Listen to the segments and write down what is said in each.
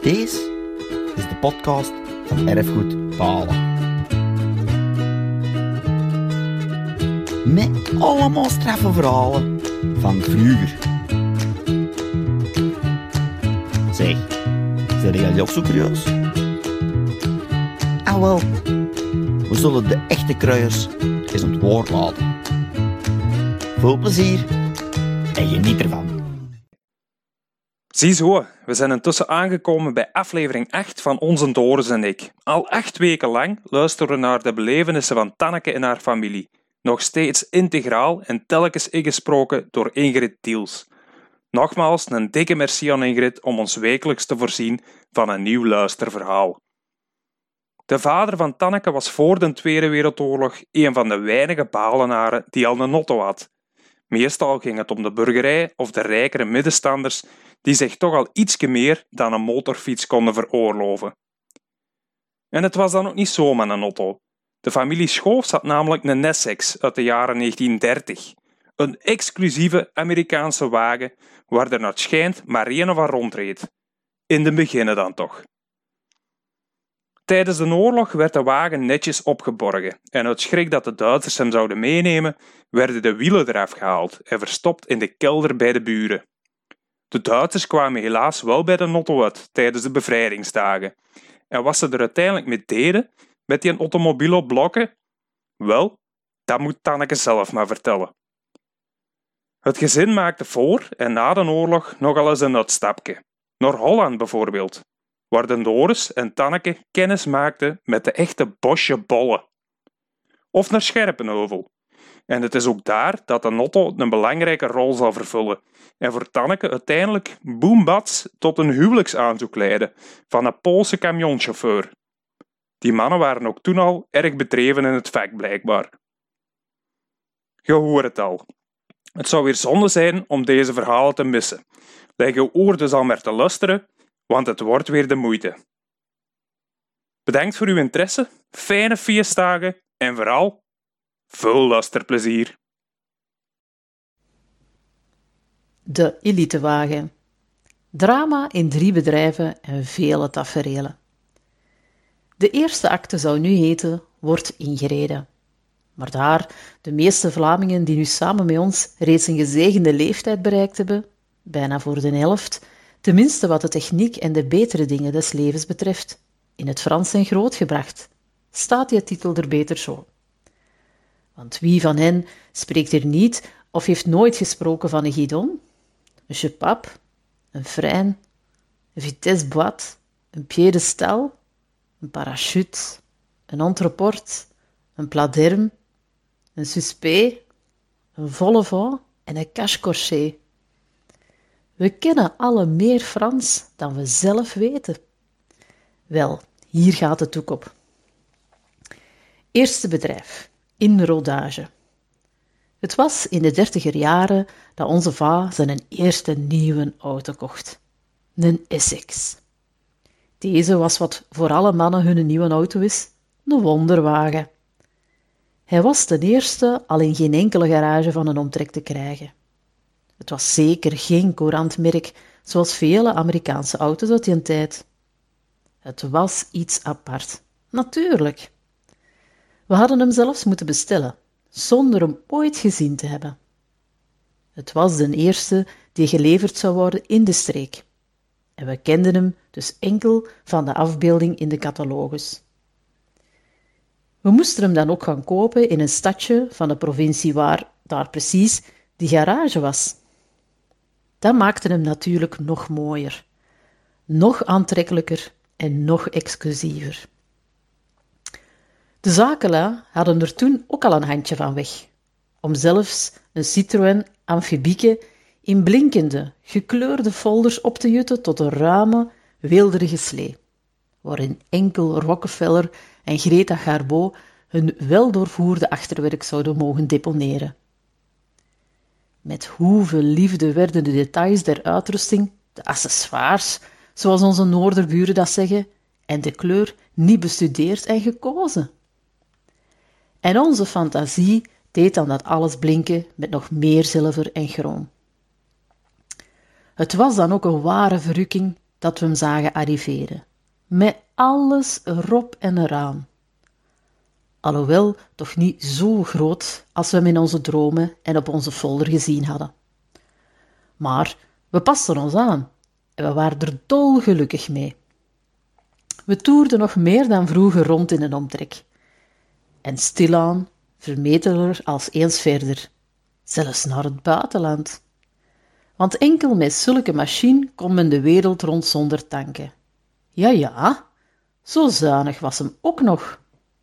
Deze is de podcast van Erfgoed Balen. Met allemaal straffe verhalen van vroeger. Zeg, zijn jullie ook zo curieus? Ah wel, we zullen de echte kruiers eens aan het woord laten. Veel plezier en geniet ervan. Ziezo, we zijn intussen aangekomen bij aflevering 8 van Onze Doris en ik. Al 8 weken lang luisteren we naar de belevenissen van Tanneke en haar familie. Nog steeds integraal en telkens ingesproken door Ingrid Tiels. Nogmaals een dikke merci aan Ingrid om ons wekelijks te voorzien van een nieuw luisterverhaal. De vader van Tanneke was voor de Tweede Wereldoorlog een van de weinige Balenaren die al een auto had. Meestal ging het om de burgerij of de rijkere middenstanders die zich toch al ietsje meer dan een motorfiets konden veroorloven. En het was dan ook niet zomaar een auto. De familie Schoofs had namelijk een Essex uit de jaren 1930. Een exclusieve Amerikaanse wagen waar er naar het schijnt maar één van rondreed. In de beginnen dan toch. Tijdens de oorlog werd de wagen netjes opgeborgen en uit schrik dat de Duitsers hem zouden meenemen, werden de wielen eraf gehaald en verstopt in de kelder bij de buren. De Duitsers kwamen helaas wel bij de auto uit tijdens de bevrijdingsdagen. En wat ze er uiteindelijk mee deden, met die automobiel op blokken? Wel, dat moet Tanneke zelf maar vertellen. Het gezin maakte voor en na de oorlog nogal eens een uitstapje. Naar Holland bijvoorbeeld, waar de Doris en Tanneke kennis maakten met de echte Bosche bollen. Of naar Scherpenheuvel. En het is ook daar dat de auto een belangrijke rol zal vervullen en voor Tanneke uiteindelijk boombats tot een huwelijksaanzoek leidde van een Poolse camionchauffeur. Die mannen waren ook toen al erg bedreven in het vak blijkbaar. Je hoort het al. Het zou weer zonde zijn om deze verhalen te missen. Leg je oor dus al maar te luisteren, want het wordt weer de moeite. Bedankt voor uw interesse, fijne feestdagen en vooral veel luisterplezier. De elitewagen. Drama in 3 bedrijven en vele taferelen. De eerste acte zou nu heten Wordt ingereden. Maar daar de meeste Vlamingen die nu samen met ons reeds een gezegende leeftijd bereikt hebben, bijna voor de helft, tenminste wat de techniek en de betere dingen des levens betreft, in het Frans zijn grootgebracht, staat die titel er beter zo. Want wie van hen spreekt er niet of heeft nooit gesproken van een guidon, een chepape, een frein, een vitesse boîte, een piedestal, een parachute, een entreporte, een plat d'herme, een suspect, een volle vent en een cache-cocher. We kennen alle meer Frans dan we zelf weten. Wel, hier gaat het ook op. Eerste bedrijf, in rodage. Het was in de 30er jaren dat onze va zijn eerste nieuwe auto kocht. Een Essex. Deze was wat voor alle mannen hun nieuwe auto is, een wonderwagen. Hij was ten eerste al in geen enkele garage van een omtrek te krijgen. Het was zeker geen courant merk, zoals vele Amerikaanse auto's uit die tijd. Het was iets apart, natuurlijk. We hadden hem zelfs moeten bestellen, zonder hem ooit gezien te hebben. Het was de eerste die geleverd zou worden in de streek. En we kenden hem dus enkel van de afbeelding in de catalogus. We moesten hem dan ook gaan kopen in een stadje van de provincie waar, daar precies, die garage was. Dat maakte hem natuurlijk nog mooier, nog aantrekkelijker en nog exclusiever. De zakenlui hadden er toen ook al een handje van weg, om zelfs een Citroën Amfibieke in blinkende, gekleurde folders op te jutten tot een ruime, weelderige slee, waarin enkel Rockefeller en Greta Garbo hun weldoorvoerde achterwerk zouden mogen deponeren. Met hoeveel liefde werden de details der uitrusting, de accessoires, zoals onze noorderburen dat zeggen, en de kleur niet bestudeerd en gekozen. En onze fantasie deed dan dat alles blinken met nog meer zilver en chroom. Het was dan ook een ware verrukking dat we hem zagen arriveren, met alles erop en eraan. Alhoewel toch niet zo groot als we hem in onze dromen en op onze folder gezien hadden. Maar we pasten ons aan en we waren er dolgelukkig mee. We toerden nog meer dan vroeger rond in een omtrek. En stilaan vermeteler als eens verder, zelfs naar het buitenland. Want enkel met zulke machine kon men de wereld rond zonder tanken. Ja, zo zuinig was hem ook nog.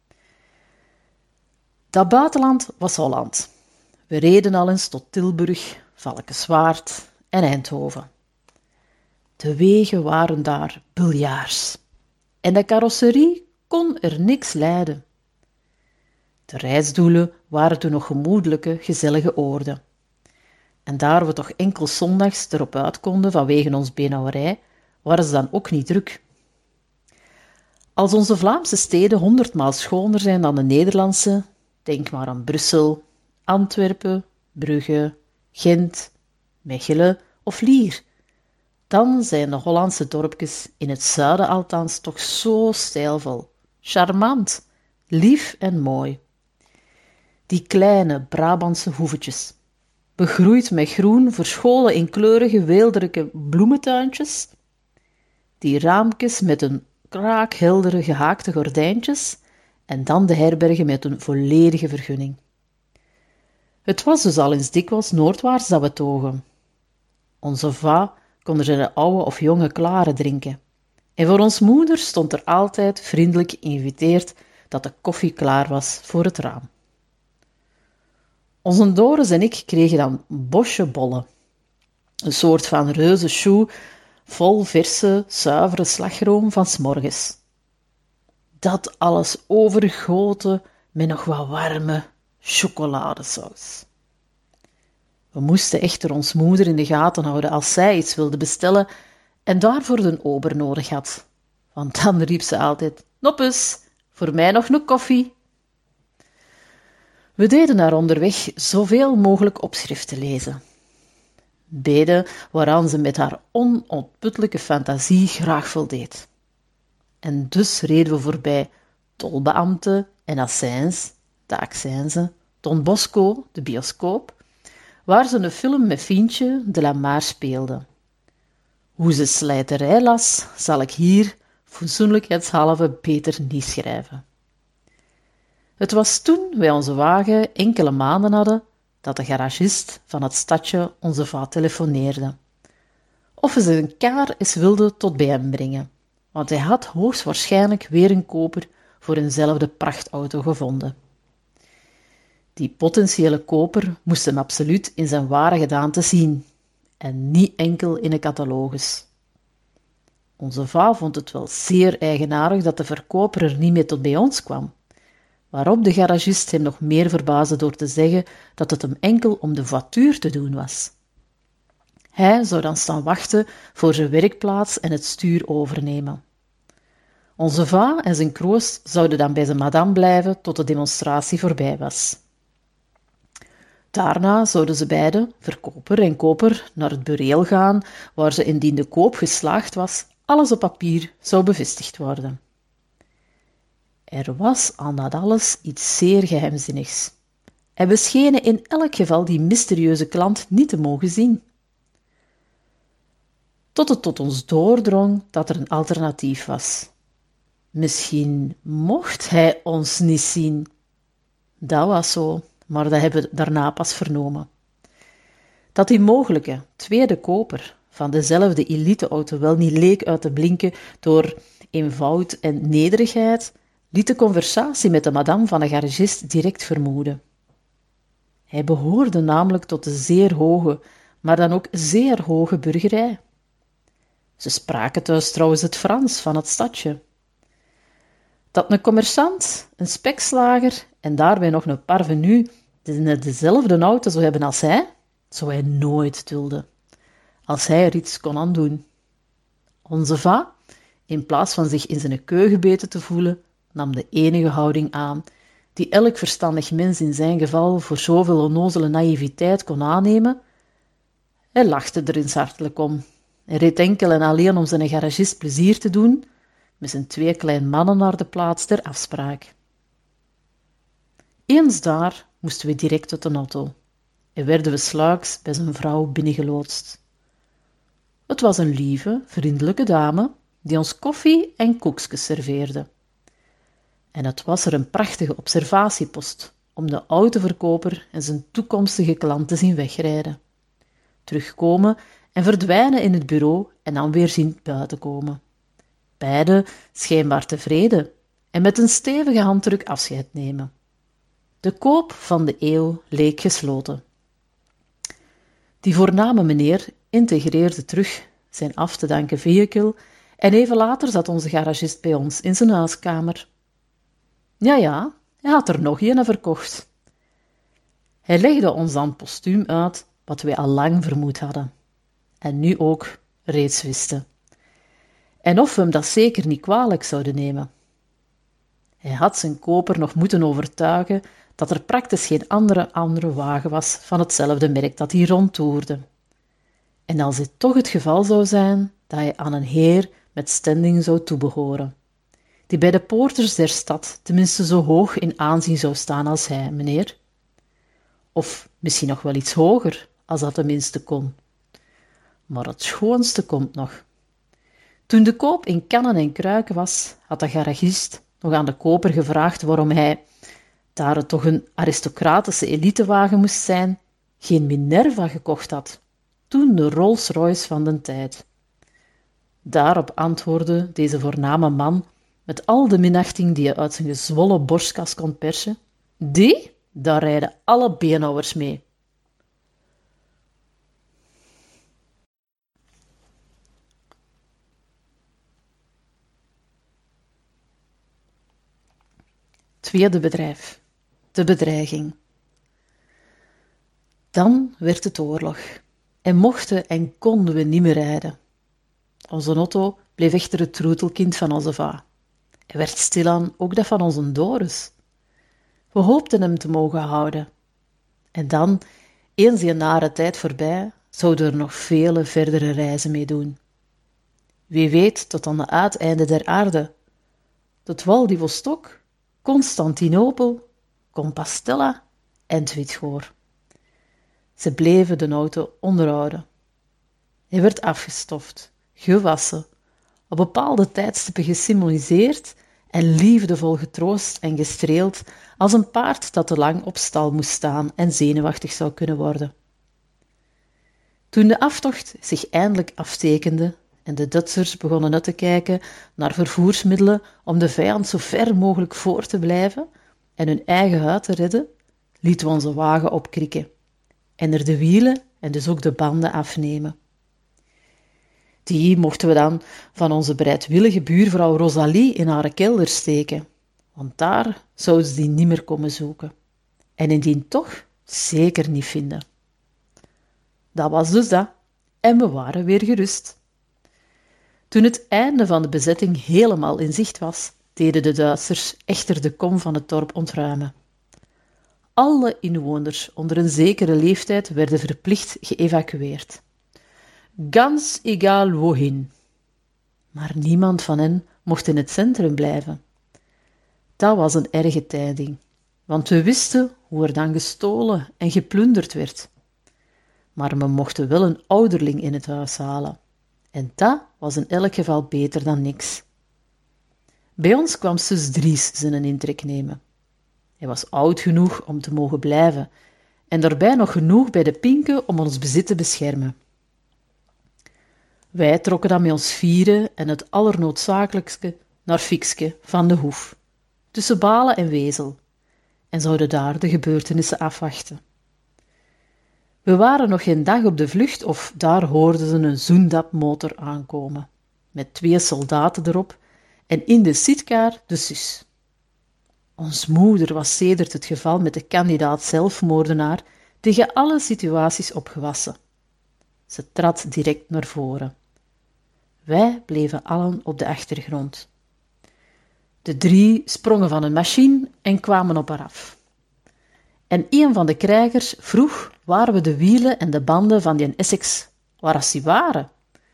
Dat buitenland was Holland. We reden al eens tot Tilburg, Valkenswaard en Eindhoven. De wegen waren daar biljaars. En de carrosserie kon er niks lijden. De reisdoelen waren toen nog gemoedelijke, gezellige oorden. En daar we toch enkel zondags erop uit konden vanwege ons beenhouwerij, waren ze dan ook niet druk. Als onze Vlaamse steden 100 maal schoner zijn dan de Nederlandse, denk maar aan Brussel, Antwerpen, Brugge, Gent, Mechelen of Lier, dan zijn de Hollandse dorpjes, in het zuiden althans, toch zo stijlvol, charmant, lief en mooi. Die kleine Brabantse hoevetjes, begroeid met groen, verscholen in kleurige, weelderige bloementuintjes, die raampjes met een kraakheldere gehaakte gordijntjes en dan de herbergen met een volledige vergunning. Het was dus al eens dikwijls noordwaarts dat we togen. Onze va kon er zijn oude of jonge klaren drinken. En voor ons moeder stond er altijd vriendelijk geïnviteerd dat de koffie klaar was voor het raam. Onze Doris en ik kregen dan bosjebollen, een soort van reuze choux vol verse, zuivere slagroom van 's morgens. Dat alles overgoten met nog wat warme chocoladesaus. We moesten echter ons moeder in de gaten houden als zij iets wilde bestellen en daarvoor een ober nodig had. Want dan riep ze altijd, noppes, voor mij nog een koffie. We deden haar onderweg zoveel mogelijk opschriften lezen. Beden waaraan ze met haar onuitputtelijke fantasie graag voldeed. En dus reden we voorbij tolbeambten en accijns, de accijnzen, Don Bosco, de bioscoop, waar ze een film met Fientje de la Mare speelde. Hoe ze slijterij las, zal ik hier, fatsoenlijkheidshalve, beter niet schrijven. Het was toen wij onze wagen enkele maanden hadden, dat de garagist van het stadje onze va telefoneerde. Of we zijn kar eens wilde tot bij hem brengen, want hij had hoogstwaarschijnlijk weer een koper voor eenzelfde prachtauto gevonden. Die potentiële koper moest hem absoluut in zijn ware gedaante zien, en niet enkel in een catalogus. Onze va vond het wel zeer eigenaardig dat de verkoper er niet mee tot bij ons kwam, waarop de garagist hem nog meer verbaasde door te zeggen dat het hem enkel om de voituur te doen was. Hij zou dan staan wachten voor zijn werkplaats en het stuur overnemen. Onze va en zijn kroost zouden dan bij zijn madame blijven tot de demonstratie voorbij was. Daarna zouden ze beiden, verkoper en koper, naar het bureel gaan, waar ze indien de koop geslaagd was, alles op papier zou bevestigd worden. Er was aan dat alles iets zeer geheimzinnigs. En we schenen in elk geval die mysterieuze klant niet te mogen zien. Tot het tot ons doordrong dat er een alternatief was. Misschien mocht hij ons niet zien. Dat was zo, maar dat hebben we daarna pas vernomen. Dat die mogelijke tweede koper van dezelfde eliteauto wel niet leek uit te blinken door eenvoud en nederigheid, liet de conversatie met de madame van de garagist direct vermoeden. Hij behoorde namelijk tot de zeer hoge, maar dan ook zeer hoge burgerij. Ze spraken thuis trouwens het Frans van het stadje. Dat een commerçant, een spekslager en daarbij nog een parvenu dezelfde auto zou hebben als hij, zou hij nooit dulden, als hij er iets kon aan doen. Onze va, in plaats van zich in zijn keu gebeten te voelen, nam de enige houding aan die elk verstandig mens in zijn geval voor zoveel onnozele naïviteit kon aannemen. Hij lachte er eens hartelijk om en reed enkel en alleen om zijn garagist plezier te doen, met zijn 2 kleine mannen naar de plaats der afspraak. Eens daar moesten we direct uit de auto en werden we sluiks bij zijn vrouw binnengeloodst. Het was een lieve, vriendelijke dame die ons koffie en koekjes serveerde. En het was er een prachtige observatiepost om de autoverkoper en zijn toekomstige klant te zien wegrijden, terugkomen en verdwijnen in het bureau en dan weer zien buiten komen. Beiden schijnbaar tevreden en met een stevige handdruk afscheid nemen. De koop van de eeuw leek gesloten. Die voorname meneer integreerde terug zijn af te danken vehicle en even later zat onze garagist bij ons in zijn huiskamer. Ja, hij had er nog een verkocht. Hij legde ons dan postuum uit wat wij al lang vermoed hadden en nu ook reeds wisten. En of we hem dat zeker niet kwalijk zouden nemen. Hij had zijn koper nog moeten overtuigen dat er praktisch geen andere wagen was van hetzelfde merk dat hij rondtoerde. En als dit toch het geval zou zijn, dat hij aan een heer met standing zou toebehoren, die bij de poorters der stad tenminste zo hoog in aanzien zou staan als hij, meneer. Of misschien nog wel iets hoger, als dat tenminste kon. Maar het schoonste komt nog. Toen de koop in kannen en kruiken was, had de garagist nog aan de koper gevraagd waarom hij, daar het toch een aristocratische elitewagen moest zijn, geen Minerva gekocht had, toen de Rolls-Royce van den tijd. Daarop antwoordde deze voorname man, met al de minachting die hij uit zijn gezwollen borstkas kon persen, daar rijden alle beenhouwers mee. Tweede bedrijf. De bedreiging. Dan werd het oorlog en mochten en konden we niet meer rijden. Onze Otto bleef echter het troetelkind van onze va. Hij werd stilaan ook dat van onze Doris. We hoopten hem te mogen houden. En dan, eens die nare tijd voorbij, zouden er nog vele verdere reizen mee doen. Wie weet tot aan de uiteinden der aarde, tot Vladivostok, Constantinopel, Compostela en Twitgoor. Ze bleven de auto onderhouden. Hij werd afgestoft, gewassen, op bepaalde tijdstippen gesimoliseerd en liefdevol getroost en gestreeld als een paard dat te lang op stal moest staan en zenuwachtig zou kunnen worden. Toen de aftocht zich eindelijk aftekende en de Duitsers begonnen uit te kijken naar vervoersmiddelen om de vijand zo ver mogelijk voor te blijven en hun eigen huid te redden, lieten we onze wagen opkrikken en er de wielen en dus ook de banden afnemen. Die mochten we dan van onze bereidwillige buurvrouw Rosalie in haar kelder steken, want daar zouden ze die niet meer komen zoeken. En indien toch, zeker niet vinden. Dat was dus dat, en we waren weer gerust. Toen het einde van de bezetting helemaal in zicht was, deden de Duitsers echter de kom van het dorp ontruimen. Alle inwoners onder een zekere leeftijd werden verplicht geëvacueerd. Ganz egal wohin. Maar niemand van hen mocht in het centrum blijven. Dat was een erge tijding, want we wisten hoe er dan gestolen en geplunderd werd. Maar we mochten wel een ouderling in het huis halen. En dat was in elk geval beter dan niks. Bij ons kwam zus Dries zijn intrek nemen. Hij was oud genoeg om te mogen blijven en daarbij nog genoeg bij de pinken om ons bezit te beschermen. Wij trokken dan met ons vieren en het allernoodzakelijkste naar Fikske van de Hoef, tussen Balen en Wezel, en zouden daar de gebeurtenissen afwachten. We waren nog geen dag op de vlucht of daar hoorden ze een Zundap-motor aankomen, met 2 soldaten erop en in de sitkaar de zus. Ons moeder was sedert het geval met de kandidaat zelfmoordenaar tegen alle situaties opgewassen. Ze trad direct naar voren. Wij bleven allen op de achtergrond. De 3 sprongen van een machine en kwamen op haar af. En een van de krijgers vroeg waar we de wielen en de banden van die Essex, waar die waren.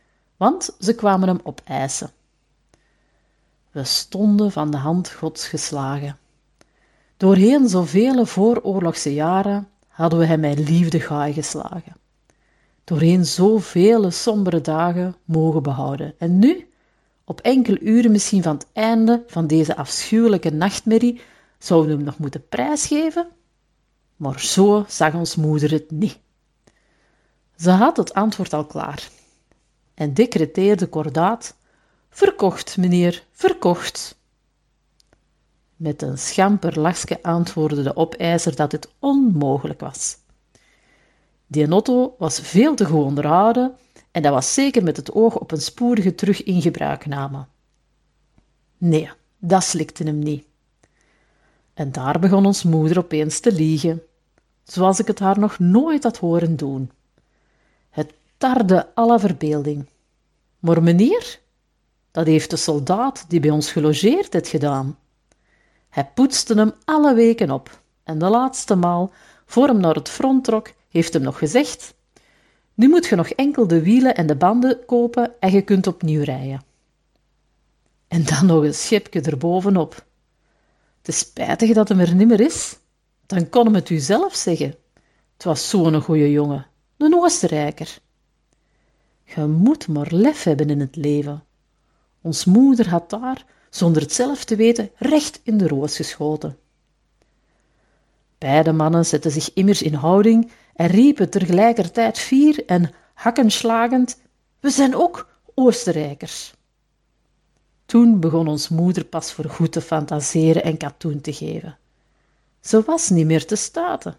want ze kwamen hem opeisen. We stonden van de hand Gods geslagen. Doorheen zoveel vooroorlogse jaren hadden we hem met liefde gaai geslagen. Doorheen zoveel sombere dagen mogen behouden. En nu, op enkele uren misschien van het einde van deze afschuwelijke nachtmerrie, zouden we hem nog moeten prijsgeven? Maar zo zag ons moeder het niet. Ze had het antwoord al klaar en decreteerde kordaat: verkocht, meneer, verkocht. Met een schamper lachje antwoordde de opeiser dat dit onmogelijk was. Die Otto was veel te goed onderhouden en dat was zeker met het oog op een spoedige terug in gebruikname. Nee, dat slikte hem niet. En daar begon ons moeder opeens te liegen, zoals ik het haar nog nooit had horen doen. Het tarde alle verbeelding. Maar meneer, dat heeft de soldaat die bij ons gelogeerd heeft gedaan. Hij poetste hem alle weken op en de laatste maal, voor hem naar het front trok, heeft hem nog gezegd: nu moet je nog enkel de wielen en de banden kopen en je kunt opnieuw rijden. En dan nog een schepje erbovenop. Het is spijtig dat hem er nimmer is. Dan kon hem het u zelf zeggen. Het was zo'n goeie jongen, een Oostenrijker. Je moet maar lef hebben in het leven. Ons moeder had daar, zonder het zelf te weten, recht in de roos geschoten. Beide mannen zetten zich immers in houding en riepen tegelijkertijd fier en hakkenslagend: we zijn ook Oostenrijkers. Toen begon ons moeder pas voor goed te fantaseren en katoen te geven. Ze was niet meer te staten.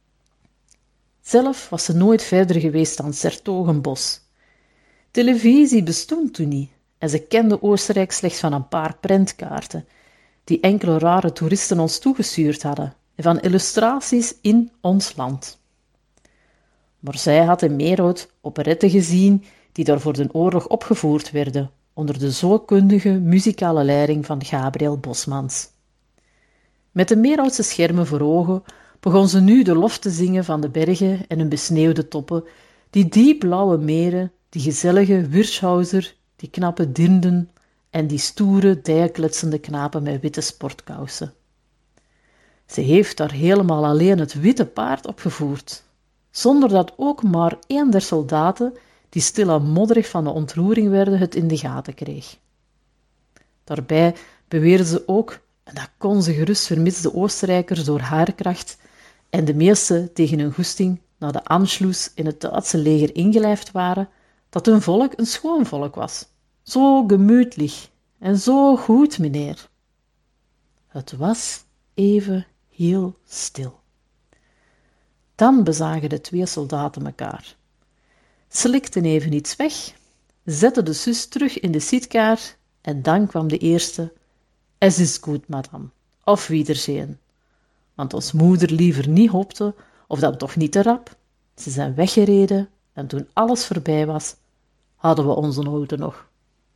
Zelf was ze nooit verder geweest dan 's-Hertogenbosch. Televisie bestond toen niet en ze kende Oostenrijk slechts van een paar prentkaarten, die enkele rare toeristen ons toegestuurd hadden, en van illustraties in ons land. Maar zij had in Meerhout operetten gezien die daar voor de oorlog opgevoerd werden, onder de zo kundige muzikale leiding van Gabriel Bosmans. Met de Meerhoutse schermen voor ogen begon ze nu de lof te zingen van de bergen en hun besneeuwde toppen, die diepblauwe meren, die gezellige Wirtschauser, die knappe Dinden en die stoere, dijkletsende knapen met witte sportkousen. Ze heeft daar helemaal alleen het witte paard opgevoerd, zonder dat ook maar één der soldaten, die stilaan modderig van de ontroering werden, het in de gaten kreeg. Daarbij beweerde ze ook, en dat kon ze gerust vermits de Oostenrijkers door haar kracht en de meeste tegen hun goesting naar de Anschluss in het Duitse leger ingelijfd waren, dat hun volk een schoon volk was. Zo gemütlich en zo goed, meneer. Het was even heel stil. Dan bezagen de twee soldaten elkaar, slikten even iets weg, zetten de zus terug in de zitkaar en dan kwam de eerste: es is goed, madame, auf Wiedersehen. Want ons moeder liever niet hoopte, of dan toch niet te rap. Ze zijn weggereden en toen alles voorbij was, hadden we onze auto nog.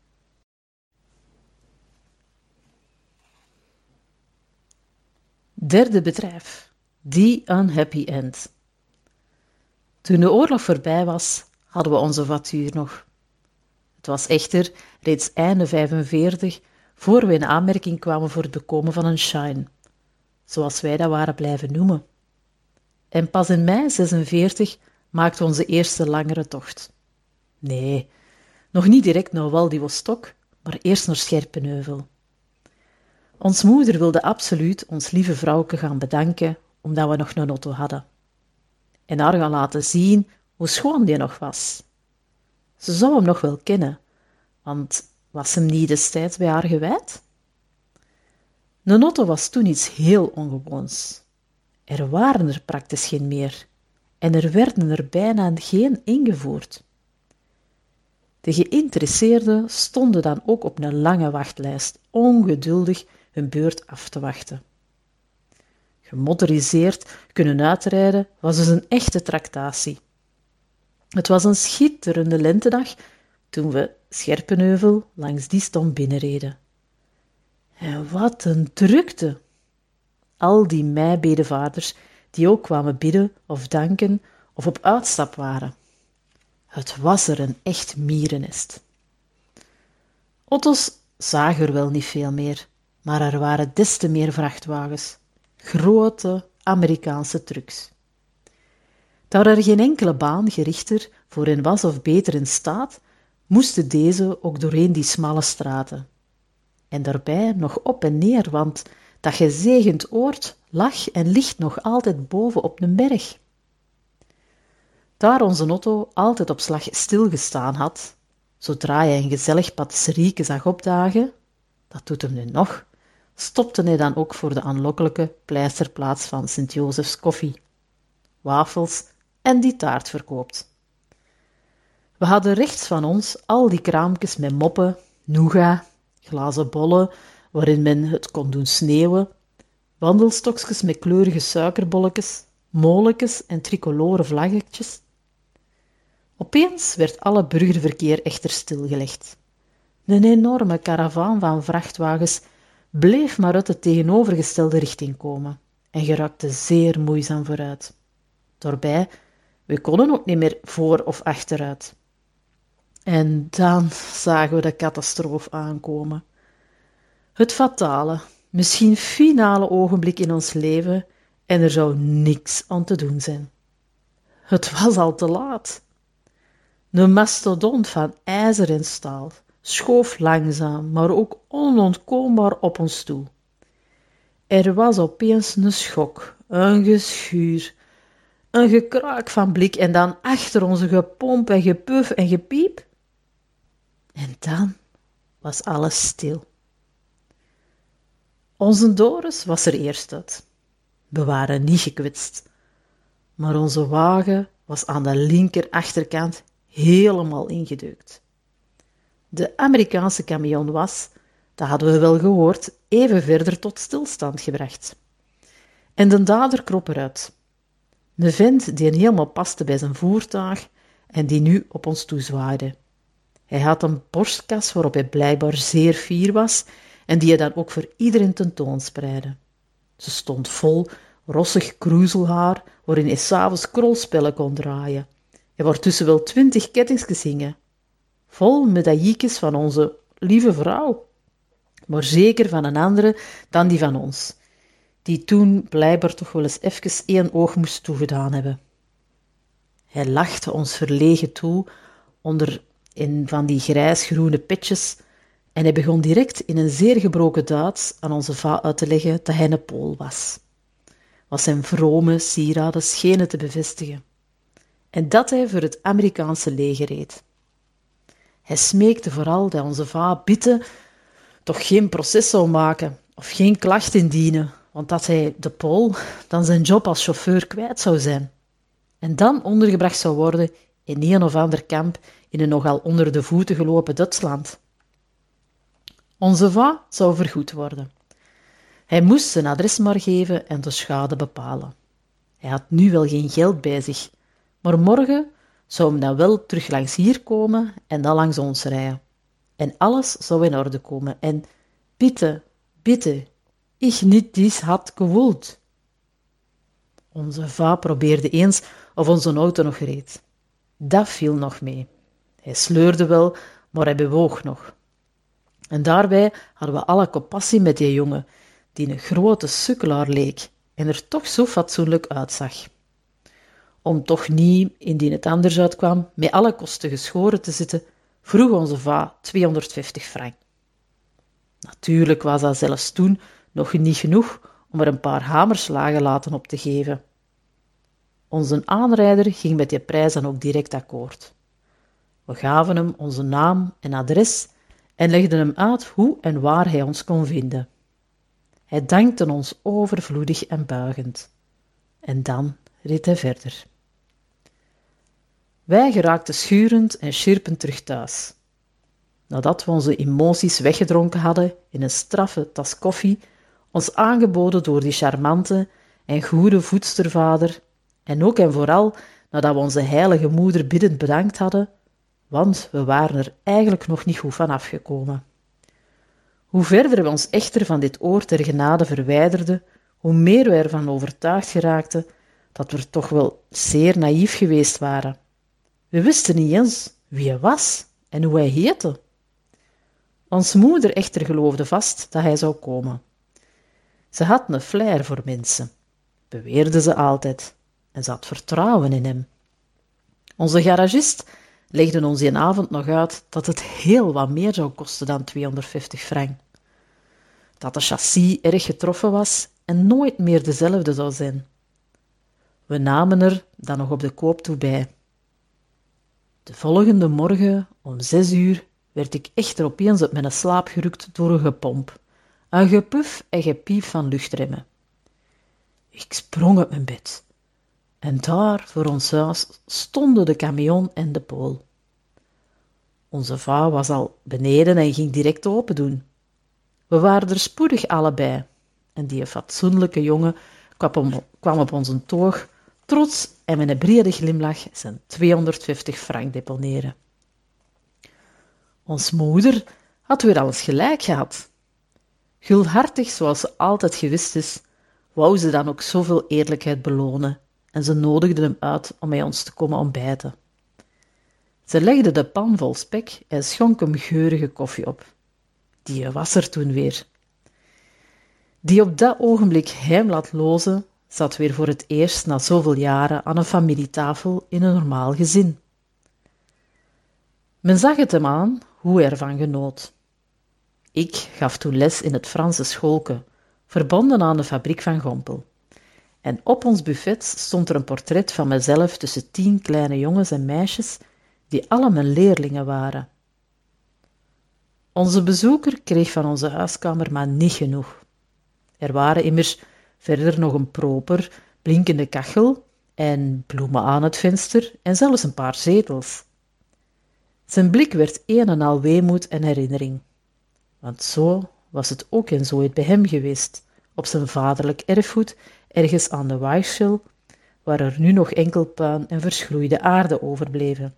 Derde bedrijf, The Unhappy End. Toen de oorlog voorbij was, hadden we onze voituur nog. Het was echter reeds einde 45, voor we in aanmerking kwamen voor het bekomen van een Schein, zoals wij dat waren blijven noemen. En pas in mei 46 maakten we onze eerste langere tocht. Nee, nog niet direct naar Władivostok, maar eerst naar Scherpenheuvel. Ons moeder wilde absoluut ons lieve vrouwke gaan bedanken, omdat we nog een auto hadden. En haar gaan laten zien hoe schoon die nog was. Ze zou hem nog wel kennen, want was hem niet destijds bij haar gewijd? Een auto was toen iets heel ongewoons. Er waren er praktisch geen meer en er werden er bijna geen ingevoerd. De geïnteresseerden stonden dan ook op een lange wachtlijst, ongeduldig hun beurt af te wachten. Gemotoriseerd kunnen uitrijden was dus een echte tractatie. Het was een schitterende lentedag toen we Scherpenheuvel langs die stom binnenreden. En wat een drukte! Al die meibedevaarders die ook kwamen bidden of danken of op uitstap waren. Het was er een echt mierennest. Auto's zagen er wel niet veel meer, maar er waren des te meer vrachtwagens. Grote Amerikaanse trucks. Daar er geen enkele baan gerichter voor hen was of beter in staat, moesten deze ook doorheen die smalle straten. En daarbij nog op en neer, want dat gezegend oord lag en ligt nog altijd boven op een berg. Daar onze Otto altijd op slag stilgestaan had, zodra hij een gezellig patisserie zag opdagen, dat doet hem nu nog, stopte hij dan ook voor de aanlokkelijke pleisterplaats van Sint-Jozefs koffie, wafels en die taart verkoopt. We hadden rechts van ons al die kraampjes met moppen, nougat, glazen bollen waarin men het kon doen sneeuwen, wandelstokjes met kleurige suikerbolletjes, moletjes en tricoloren vlaggetjes. Opeens werd alle burgerverkeer echter stilgelegd. Een enorme karavaan van vrachtwagens bleef maar uit de tegenovergestelde richting komen en geraakte zeer moeizaam vooruit. Daarbij, we konden ook niet meer voor of achteruit. En dan zagen we de catastrofe aankomen. Het fatale, misschien finale ogenblik in ons leven en er zou niks aan te doen zijn. Het was al te laat. Een mastodont van ijzer en staal schoof langzaam, maar ook onontkoombaar op ons toe. Er was opeens een schok, een geschuur, een gekraak van blik en dan achter ons een gepomp en gepuf en gepiep. En dan was alles stil. Onze Doris was er eerst uit. We waren niet gekwetst, maar onze wagen was aan de linker achterkant helemaal ingedeukt. De Amerikaanse camion was, dat hadden we wel gehoord, even verder tot stilstand gebracht. En de dader kroop eruit. Een vent die helemaal paste bij zijn voertuig en die nu op ons toezwaaide. Hij had een borstkas waarop hij blijkbaar zeer fier was en die hij dan ook voor iedereen tentoonspreidde. Ze stond vol rossig kroezelhaar waarin hij 's avonds krolspellen kon draaien en waartussen wel 20 kettingsjes hingen, vol medailletjes van onze lieve vrouw, maar zeker van een andere dan die van ons, die toen blijkbaar toch wel eens even 1 oog moest toegedaan hebben. Hij lachte ons verlegen toe onder in van die grijsgroene petjes en hij begon direct in een zeer gebroken Duits aan onze va uit te leggen dat hij een Pool was, wat zijn vrome sieraden schenen te bevestigen, en dat hij voor het Amerikaanse leger reed. Hij smeekte vooral dat onze va bitte toch geen proces zou maken of geen klacht indienen, want dat hij, de Pool, dan zijn job als chauffeur kwijt zou zijn en dan ondergebracht zou worden in een of ander kamp in een nogal onder de voeten gelopen Duitsland. Onze va zou vergoed worden. Hij moest zijn adres maar geven en de schade bepalen. Hij had nu wel geen geld bij zich, maar morgen zou hem dan wel terug langs hier komen en dan langs ons rijden. En alles zou in orde komen en bitte, bitte, ich niet dies had gewollt. Onze va probeerde eens of onze auto nog reed. Dat viel nog mee. Hij sleurde wel, maar hij bewoog nog. En daarbij hadden we alle compassie met die jongen, die een grote sukkelaar leek en er toch zo fatsoenlijk uitzag. Om toch niet, indien het anders uitkwam, met alle kosten geschoren te zitten, vroeg onze va 250 frank. Natuurlijk was dat zelfs toen nog niet genoeg om er een paar hamerslagen laten op te geven. Onze aanrijder ging met die prijs dan ook direct akkoord. We gaven hem onze naam en adres en legden hem uit hoe en waar hij ons kon vinden. Hij dankte ons overvloedig en buigend. En dan reed hij verder. Wij geraakten schurend en chirpend terug thuis. Nadat we onze emoties weggedronken hadden in een straffe tas koffie, ons aangeboden door die charmante en goede voedstervader, en ook en vooral nadat we onze heilige moeder biddend bedankt hadden, want we waren er eigenlijk nog niet goed van afgekomen. Hoe verder we ons echter van dit oord der genade verwijderden, hoe meer we ervan overtuigd geraakten dat we toch wel zeer naïef geweest waren. We wisten niet eens wie hij was en hoe hij heette. Ons moeder echter geloofde vast dat hij zou komen. Ze had een flair voor mensen, beweerde ze altijd, en ze had vertrouwen in hem. Onze garagist legde ons die avond nog uit dat het heel wat meer zou kosten dan 250 frank. Dat de chassis erg getroffen was en nooit meer dezelfde zou zijn. We namen er dan nog op de koop toe bij. De volgende morgen om 6 uur werd ik echter opeens uit mijn slaap gerukt door een gepomp, een gepuf en gepiep van luchtremmen. Ik sprong uit mijn bed en daar voor ons huis stonden de camion en de pool. Onze vrouw was al beneden en ging direct open doen. We waren er spoedig allebei en die fatsoenlijke jongen kwam op onze toog trots en met een brede glimlach zijn 250 frank deponeren. Ons moeder had weer alles gelijk gehad. Gulhartig zoals ze altijd geweest is, wou ze dan ook zoveel eerlijkheid belonen en ze nodigde hem uit om bij ons te komen ontbijten. Ze legde de pan vol spek en schonk hem geurige koffie op. Die was er toen weer. Die op dat ogenblik hem laat lozen, zat weer voor het eerst na zoveel jaren aan een familietafel in een normaal gezin. Men zag het hem aan hoe hij ervan genoot. Ik gaf toen les in het Franse schoolke, verbonden aan de fabriek van Gompel. En op ons buffet stond er een portret van mezelf tussen 10 kleine jongens en meisjes, die alle mijn leerlingen waren. Onze bezoeker kreeg van onze huiskamer maar niet genoeg. Er waren immers verder nog een proper, blinkende kachel en bloemen aan het venster en zelfs een paar zetels. Zijn blik werd een en al weemoed en herinnering. Want zo was het ook eens ooit bij hem geweest, op zijn vaderlijk erfgoed, ergens aan de Weichsel, waar er nu nog enkel puin en verschroeide aarde overbleven.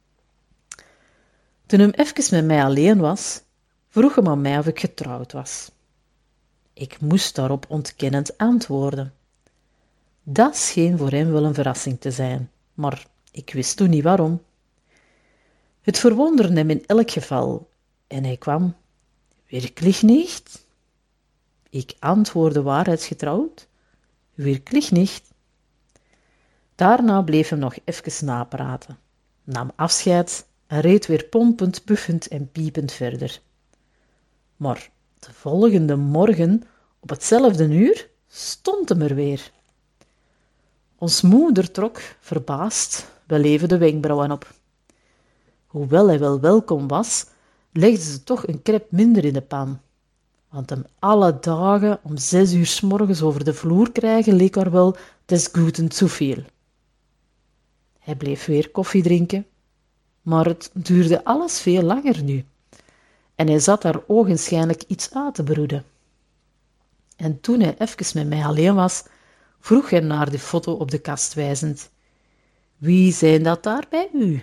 Toen hem even met mij alleen was, vroeg hem aan mij of ik getrouwd was. Ik moest daarop ontkennend antwoorden. Dat scheen voor hem wel een verrassing te zijn, maar ik wist toen niet waarom. Het verwonderde hem in elk geval, en hij kwam, werkelijk niet? Ik antwoordde waarheidsgetrouwd, werkelijk niet. Daarna bleef hem nog even napraten, nam afscheid en reed weer pompend, puffend en piepend verder. Maar de volgende morgen, op hetzelfde uur, stond hem er weer. Ons moeder trok, verbaasd, wel even de wenkbrauwen op. Hoewel hij wel welkom was, legde ze toch een krep minder in de pan, want hem alle dagen om 6 uur 's morgens over de vloer krijgen leek haar wel des Guten zu veel. Hij bleef weer koffie drinken, maar het duurde alles veel langer nu, en hij zat daar ogenschijnlijk iets uit te broeden. En toen hij even met mij alleen was, vroeg hij naar de foto op de kast wijzend: wie zijn dat daar bij u?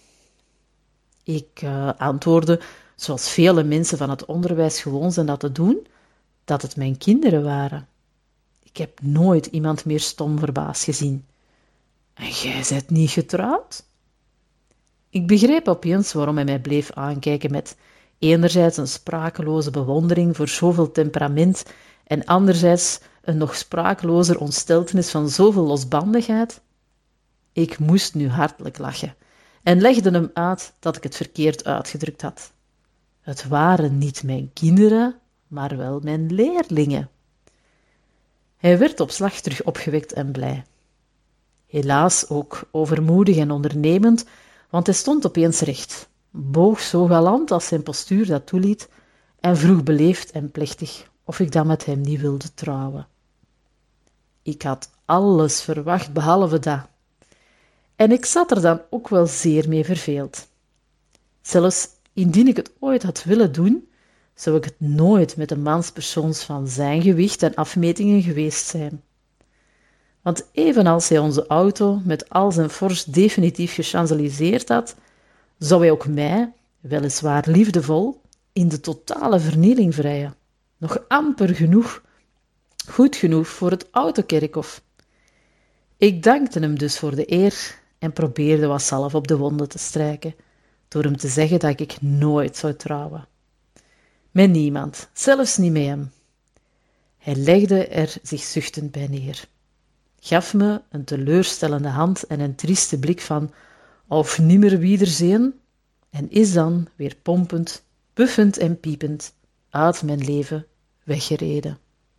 Ik antwoordde, zoals vele mensen van het onderwijs gewoon zijn dat te doen, dat het mijn kinderen waren. Ik heb nooit iemand meer stom verbaasd gezien. En jij bent niet getrouwd? Ik begreep opeens waarom hij mij bleef aankijken met enerzijds een sprakeloze bewondering voor zoveel temperament en anderzijds een nog sprakelozer ontsteltenis van zoveel losbandigheid. Ik moest nu hartelijk lachen en legde hem uit dat ik het verkeerd uitgedrukt had. Het waren niet mijn kinderen, maar wel mijn leerlingen. Hij werd op slag terug opgewekt en blij. Helaas ook overmoedig en ondernemend, want hij stond opeens recht, boog zo galant als zijn postuur dat toeliet en vroeg beleefd en plechtig of ik dan met hem niet wilde trouwen. Ik had alles verwacht behalve dat. En ik zat er dan ook wel zeer mee verveeld. Zelfs indien ik het ooit had willen doen, zou ik het nooit met een manspersoons van zijn gewicht en afmetingen geweest zijn. Want evenals hij onze auto met al zijn fors definitief gechanzeliseerd had, zou hij ook mij, weliswaar liefdevol, in de totale vernieling vrijen. Nog amper genoeg, goed genoeg voor het autokerkhof. Ik dankte hem dus voor de eer en probeerde wat zalf op de wonden te strijken, door hem te zeggen dat ik nooit zou trouwen. Met niemand, zelfs niet met hem. Hij legde er zich zuchtend bij neer, gaf me een teleurstellende hand en een trieste blik van auf nimmer wiedersehen en is dan weer pompend, puffend en piepend uit mijn leven weggereden.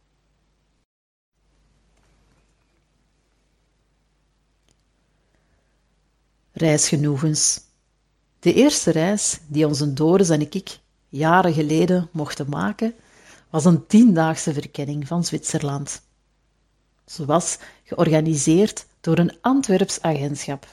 Reisgenoegens. De eerste reis die onze Doris en ik jaren geleden mochten maken, was een 10-daagse verkenning van Zwitserland. Ze was georganiseerd door een Antwerps agentschap.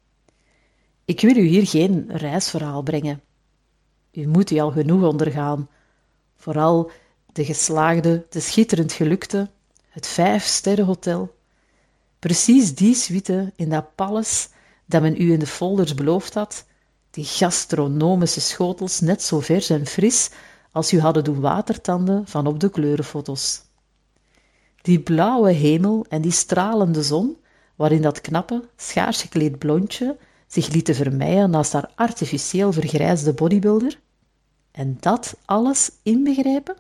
Ik wil u hier geen reisverhaal brengen. U moet die al genoeg ondergaan. Vooral de geslaagde, de schitterend gelukte, het 5-sterrenhotel. Precies die suite in dat palace dat men u in de folders beloofd had, die gastronomische schotels net zo vers en fris als u hadden doen watertanden van op de kleurenfoto's. Die blauwe hemel en die stralende zon, waarin dat knappe, schaars gekleed blondje zich lieten vermeien naast haar artificieel vergrijsde bodybuilder. En dat alles inbegrepen?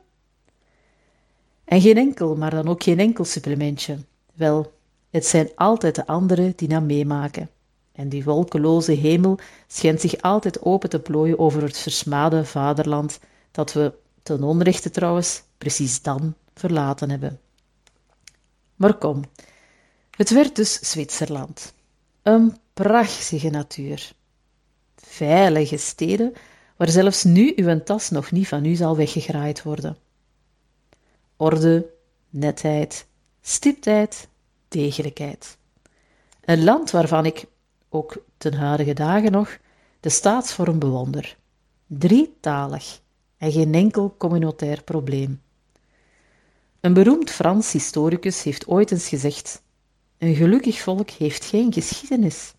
En geen enkel, maar dan ook geen enkel supplementje. Wel, het zijn altijd de anderen die dat meemaken. En die wolkeloze hemel schijnt zich altijd open te plooien over het versmade vaderland dat we, ten onrechte trouwens, precies dan verlaten hebben. Maar kom, het werd dus Zwitserland. Een prachtige natuur. Veilige steden, waar zelfs nu uw tas nog niet van u zal weggegraaid worden. Orde, netheid, stiptheid, degelijkheid. Een land waarvan ik, ook ten huidige dagen nog, de staatsvorm bewonder. 3-talig en geen enkel communautair probleem. Een beroemd Frans historicus heeft ooit eens gezegd: een gelukkig volk heeft geen geschiedenis.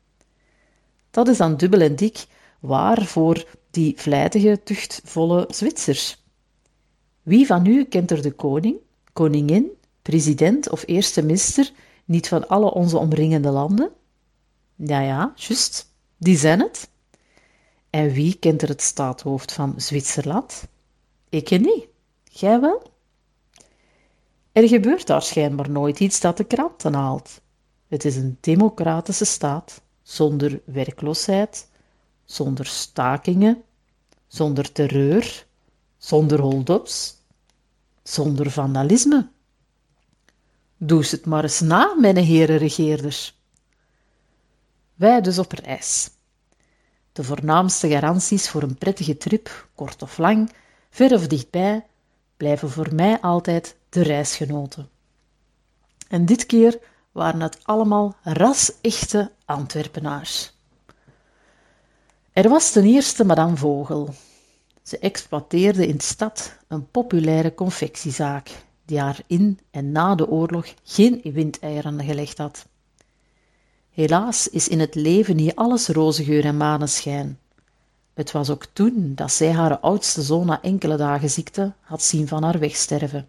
Dat is dan dubbel en dik waar voor die vlijtige, tuchtvolle Zwitsers. Wie van u kent er de koning, koningin, president of eerste minister niet van alle onze omringende landen? Ja, juist, die zijn het. En wie kent er het staathoofd van Zwitserland? Ik niet. Jij wel? Er gebeurt daar schijnbaar nooit iets dat de kranten haalt. Het is een democratische staat, zonder werkloosheid, zonder stakingen, zonder terreur, zonder hold-ups, zonder vandalisme. Doe het maar eens na, mijn heren regeerders. Wij dus op reis. De voornaamste garanties voor een prettige trip, kort of lang, ver of dichtbij, blijven voor mij altijd de reisgenoten. En dit keer waren het allemaal ras-echte Antwerpenaars. Er was ten eerste Madame Vogel. Ze exploiteerde in de stad een populaire confectiezaak, die haar in en na de oorlog geen windeieren gelegd had. Helaas is in het leven niet alles roze geur en maneschijn. Het was ook toen dat zij haar oudste zoon na enkele dagen ziekte had zien van haar wegsterven.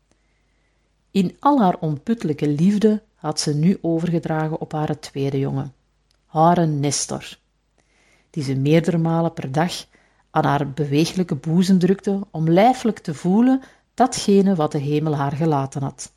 In al haar onputtelijke liefde had ze nu overgedragen op haar tweede jongen, haar Nestor, die ze meerdere malen per dag aan haar beweeglijke boezem drukte om lijfelijk te voelen datgene wat de hemel haar gelaten had.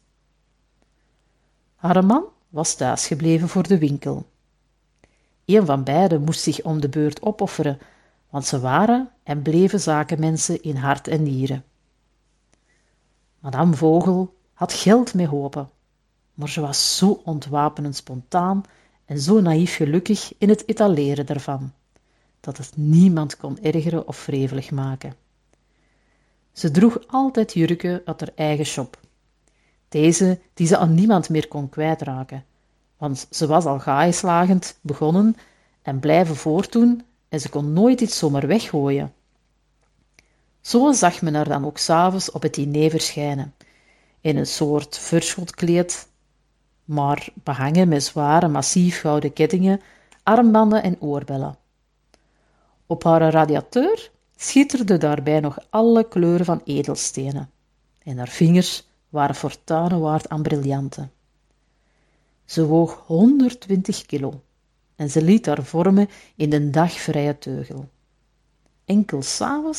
Haar man was thuisgebleven voor de winkel. Een van beiden moest zich om de beurt opofferen, want ze waren en bleven zakenmensen in hart en nieren. Madame Vogel had geld mee hopen, maar ze was zo ontwapenend spontaan en zo naïef gelukkig in het etaleren daarvan, dat het niemand kon ergeren of wrevelig maken. Ze droeg altijd jurken uit haar eigen shop. Deze die ze aan niemand meer kon kwijtraken, want ze was al gaaislagend begonnen en blijven voortdoen en ze kon nooit iets zomaar weggooien. Zo zag men haar dan ook 's avonds op het diner verschijnen, in een soort verschotkleed, maar behangen met zware, massief gouden kettingen, armbanden en oorbellen. Op haar radiateur schitterden daarbij nog alle kleuren van edelstenen, en haar vingers waren fortuinen waard aan briljanten. Ze woog 120 kilo en ze liet haar vormen in de dagvrije teugel. Enkel 's avonds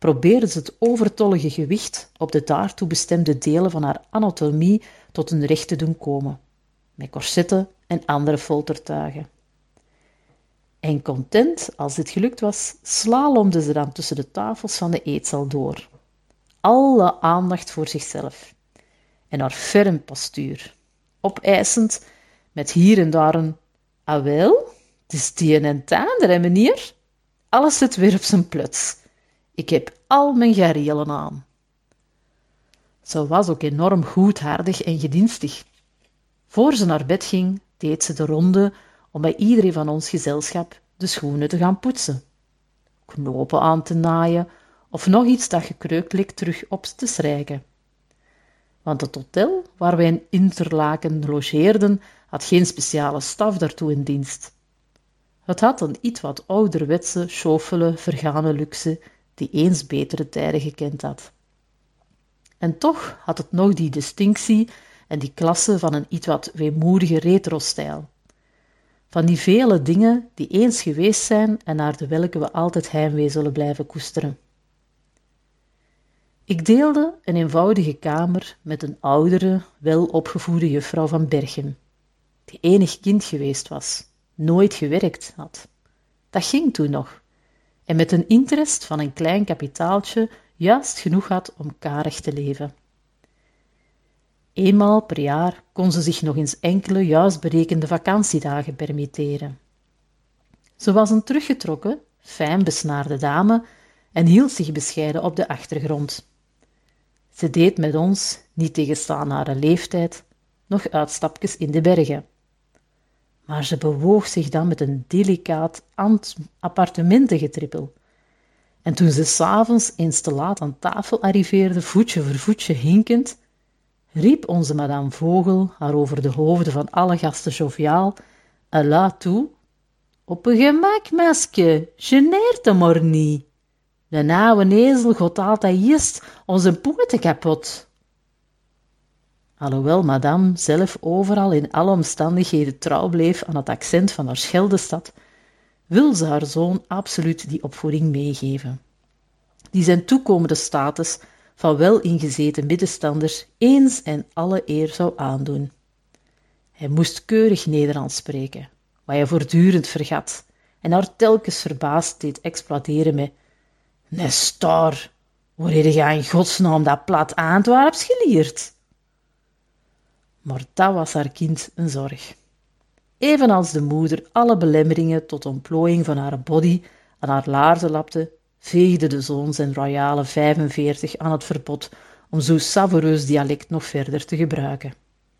probeerde ze het overtollige gewicht op de daartoe bestemde delen van haar anatomie tot een recht te doen komen, met corsetten en andere foltertuigen. En content als dit gelukt was, slalomde ze dan tussen de tafels van de eetzaal door. Alle aandacht voor zichzelf. En haar ferm postuur, opeisend, met hier en daar een "ah wel, het is die en tander, hè, meneer?" Alles zit weer op zijn plots. Ik heb al mijn garelen aan. Ze was ook enorm goedhartig en gedienstig. Voor ze naar bed ging, deed ze de ronde om bij iedereen van ons gezelschap de schoenen te gaan poetsen, knopen aan te naaien of nog iets dat gekreukt leek terug op te strijken. Want het hotel waar wij in Interlaken logeerden had geen speciale staf daartoe in dienst. Het had een iets wat ouderwetse, chauffele, vergane luxe die eens betere tijden gekend had. En toch had het nog die distinctie en die klasse van een iets wat weemoedige retro-stijl. Van die vele dingen die eens geweest zijn en naar de welke we altijd heimwee zullen blijven koesteren. Ik deelde een eenvoudige kamer met een oudere, welopgevoede juffrouw van Berchem, die enig kind geweest was, nooit gewerkt had. Dat ging toen nog, en met een interest van een klein kapitaaltje juist genoeg had om karig te leven. Eenmaal per jaar kon ze zich nog eens enkele juist berekende vakantiedagen permitteren. Ze was een teruggetrokken, fijn besnaarde dame en hield zich bescheiden op de achtergrond. Ze deed met ons, niet tegenstaan haar leeftijd, nog uitstapjes in de bergen. Maar ze bewoog zich dan met een delicaat appartementengetrippel. En toen ze 's avonds eens te laat aan tafel arriveerde, voetje voor voetje hinkend, riep onze madame Vogel haar over de hoofden van alle gasten joviaal en luid toe: "Op een gemak, meisje, geneert hem maar niet. De oude ezel gaat altijd eerst onze poten kapot." Alhoewel madame zelf overal in alle omstandigheden trouw bleef aan het accent van haar Scheldestad, wil ze haar zoon absoluut die opvoeding meegeven, die zijn toekomende status van wel ingezeten middenstanders eens en alle eer zou aandoen. Hij moest keurig Nederlands spreken, wat hij voortdurend vergat en haar telkens verbaasd deed exploiteren met: "Nestor, waar heb je in godsnaam dat plat Antwerps geleerd?" Maar dat was haar kind een zorg. Evenals de moeder alle belemmeringen tot ontplooiing van haar body aan haar laarzen lapte, veegde de zoon zijn royale 45 aan het verbod om zo'n savoureus dialect nog verder te gebruiken.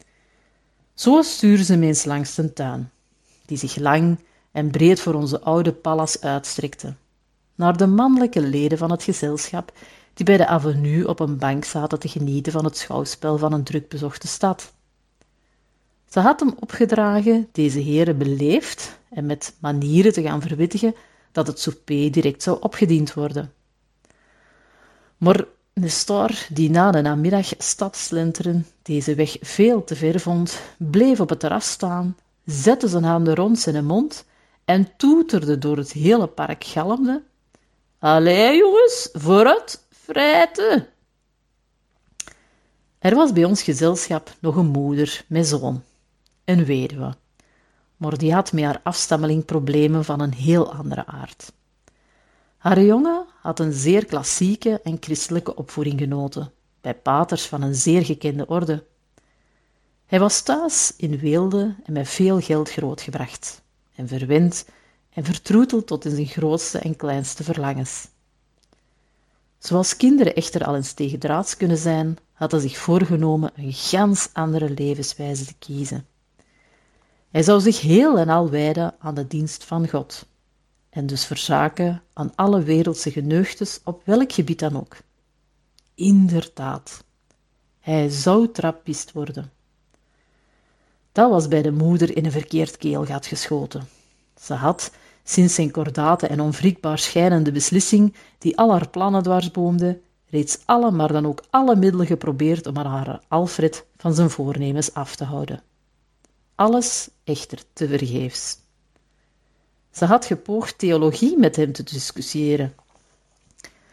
Zo stuurde ze me eens langs de tuin, die zich lang en breed voor onze oude pallas uitstrekte, naar de mannelijke leden van het gezelschap die bij de avenue op een bank zaten te genieten van het schouwspel van een drukbezochte stad. Ze had hem opgedragen deze heren beleefd en met manieren te gaan verwittigen dat het souper direct zou opgediend worden. Maar Nestor, die na de namiddag stadslenteren deze weg veel te ver vond, bleef op het terras staan, zette zijn handen rond zijn mond en toeterde door het hele park galmende: "Allee, jongens, vooruit, vrijten!" Er was bij ons gezelschap nog een moeder met zoon, een weduwe, maar die had met haar afstammeling problemen van een heel andere aard. Haar jongen had een zeer klassieke en christelijke opvoeding genoten, bij paters van een zeer gekende orde. Hij was thuis in weelde en met veel geld grootgebracht, en verwend en vertroeteld tot in zijn grootste en kleinste verlangens. Zoals kinderen echter al eens tegendraads kunnen zijn, had hij zich voorgenomen een gans andere levenswijze te kiezen. Hij zou zich heel en al wijden aan de dienst van God, en dus verzaken aan alle wereldse geneugtes op welk gebied dan ook. Inderdaad, hij zou trappist worden. Dat was bij de moeder in een verkeerd keelgat geschoten. Ze had, sinds zijn kordate en onwrikbaar schijnende beslissing, die al haar plannen dwarsboomde, reeds alle, maar dan ook alle middelen geprobeerd om haar Alfred van zijn voornemens af te houden. Alles echter tevergeefs. Ze had gepoogd theologie met hem te discussiëren,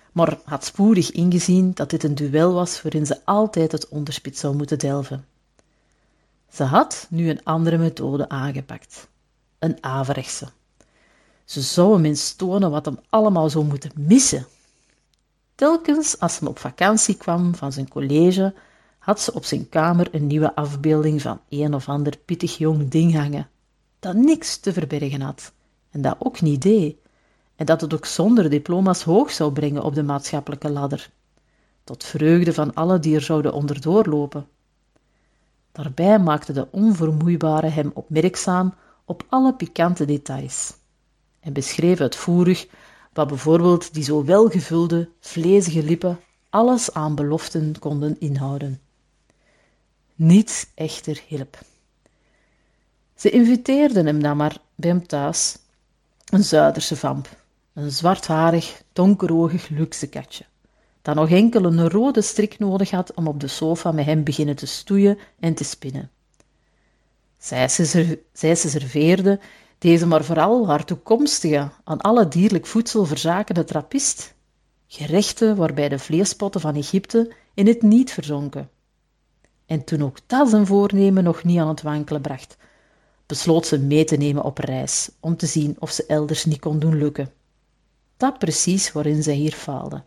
maar had spoedig ingezien dat dit een duel was waarin ze altijd het onderspit zou moeten delven. Ze had nu een andere methode aangepakt. Een averechtse. Ze zou hem eens tonen wat hem allemaal zou moeten missen. Telkens als hij op vakantie kwam van zijn college, had ze op zijn kamer een nieuwe afbeelding van een of ander pittig jong ding hangen, dat niks te verbergen had en dat ook niet deed, en dat het ook zonder diploma's hoog zou brengen op de maatschappelijke ladder, tot vreugde van allen die er zouden onderdoor lopen. Daarbij maakte de onvermoeibare hem opmerkzaam op alle pikante details en beschreef uitvoerig wat bijvoorbeeld die zo welgevulde, vlezige lippen alles aan beloften konden inhouden. Niets echter hielp. Ze inviteerden hem dan maar bij hem thuis, een Zuiderse vamp, een zwartharig, donkeroogig luxe katje, dat nog enkel een rode strik nodig had om op de sofa met hem beginnen te stoeien en te spinnen. Zij ze serveerde deze maar vooral haar toekomstige, aan alle dierlijk voedsel verzakende trappist, gerechten waarbij de vleespotten van Egypte in het niet verzonken. En toen ook dat zijn voornemen nog niet aan het wankelen bracht, besloot ze mee te nemen op reis, om te zien of ze elders niet kon doen lukken. Dat precies waarin zij hier faalde.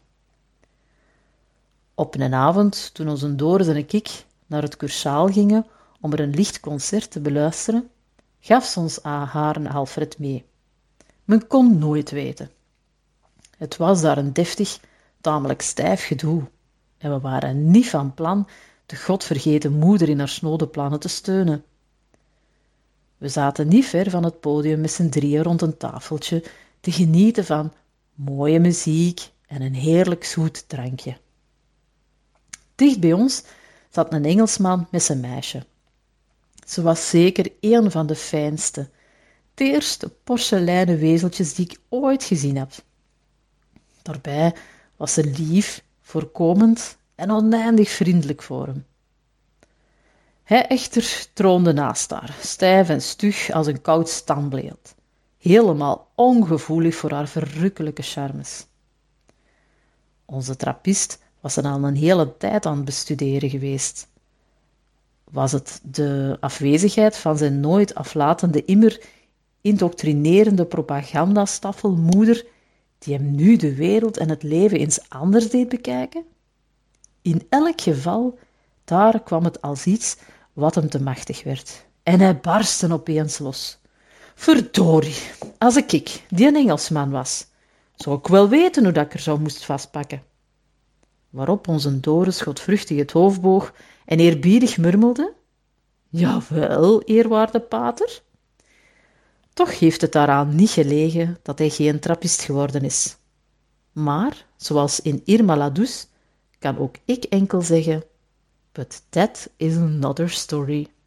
Op een avond, toen onze Doris en ik naar het Cursaal gingen om er een licht concert te beluisteren, gaf ze ons haar een Alfred mee. Men kon nooit weten. Het was daar een deftig, tamelijk stijf gedoe, en we waren niet van plan de godvergeten moeder in haar snode plannen te steunen. We zaten niet ver van het podium met z'n drieën rond een tafeltje te genieten van mooie muziek en een heerlijk zoet drankje. Dicht bij ons zat een Engelsman met zijn meisje. Ze was zeker een van de fijnste, teerste porseleinen wezeltjes die ik ooit gezien heb. Daarbij was ze lief, voorkomend en oneindig vriendelijk voor hem. Hij echter troonde naast haar, stijf en stug als een koud standbeeld, helemaal ongevoelig voor haar verrukkelijke charmes. Onze trappist was er al een hele tijd aan het bestuderen geweest. Was het de afwezigheid van zijn nooit aflatende, immer indoctrinerende propagandastaffelmoeder die hem nu de wereld en het leven eens anders deed bekijken? In elk geval, daar kwam het als iets wat hem te machtig werd. En hij barstte opeens los. Verdorie, als ik die een Engelsman was, zou ik wel weten hoe dat ik er zou moest vastpakken. Waarop onze Doris godvruchtig het hoofd boog en eerbiedig murmelde: Jawel, eerwaarde pater. Toch heeft het daaraan niet gelegen dat hij geen trappist geworden is. Maar, zoals in Irma la Douce, kan ook ik enkel zeggen: But that is another story.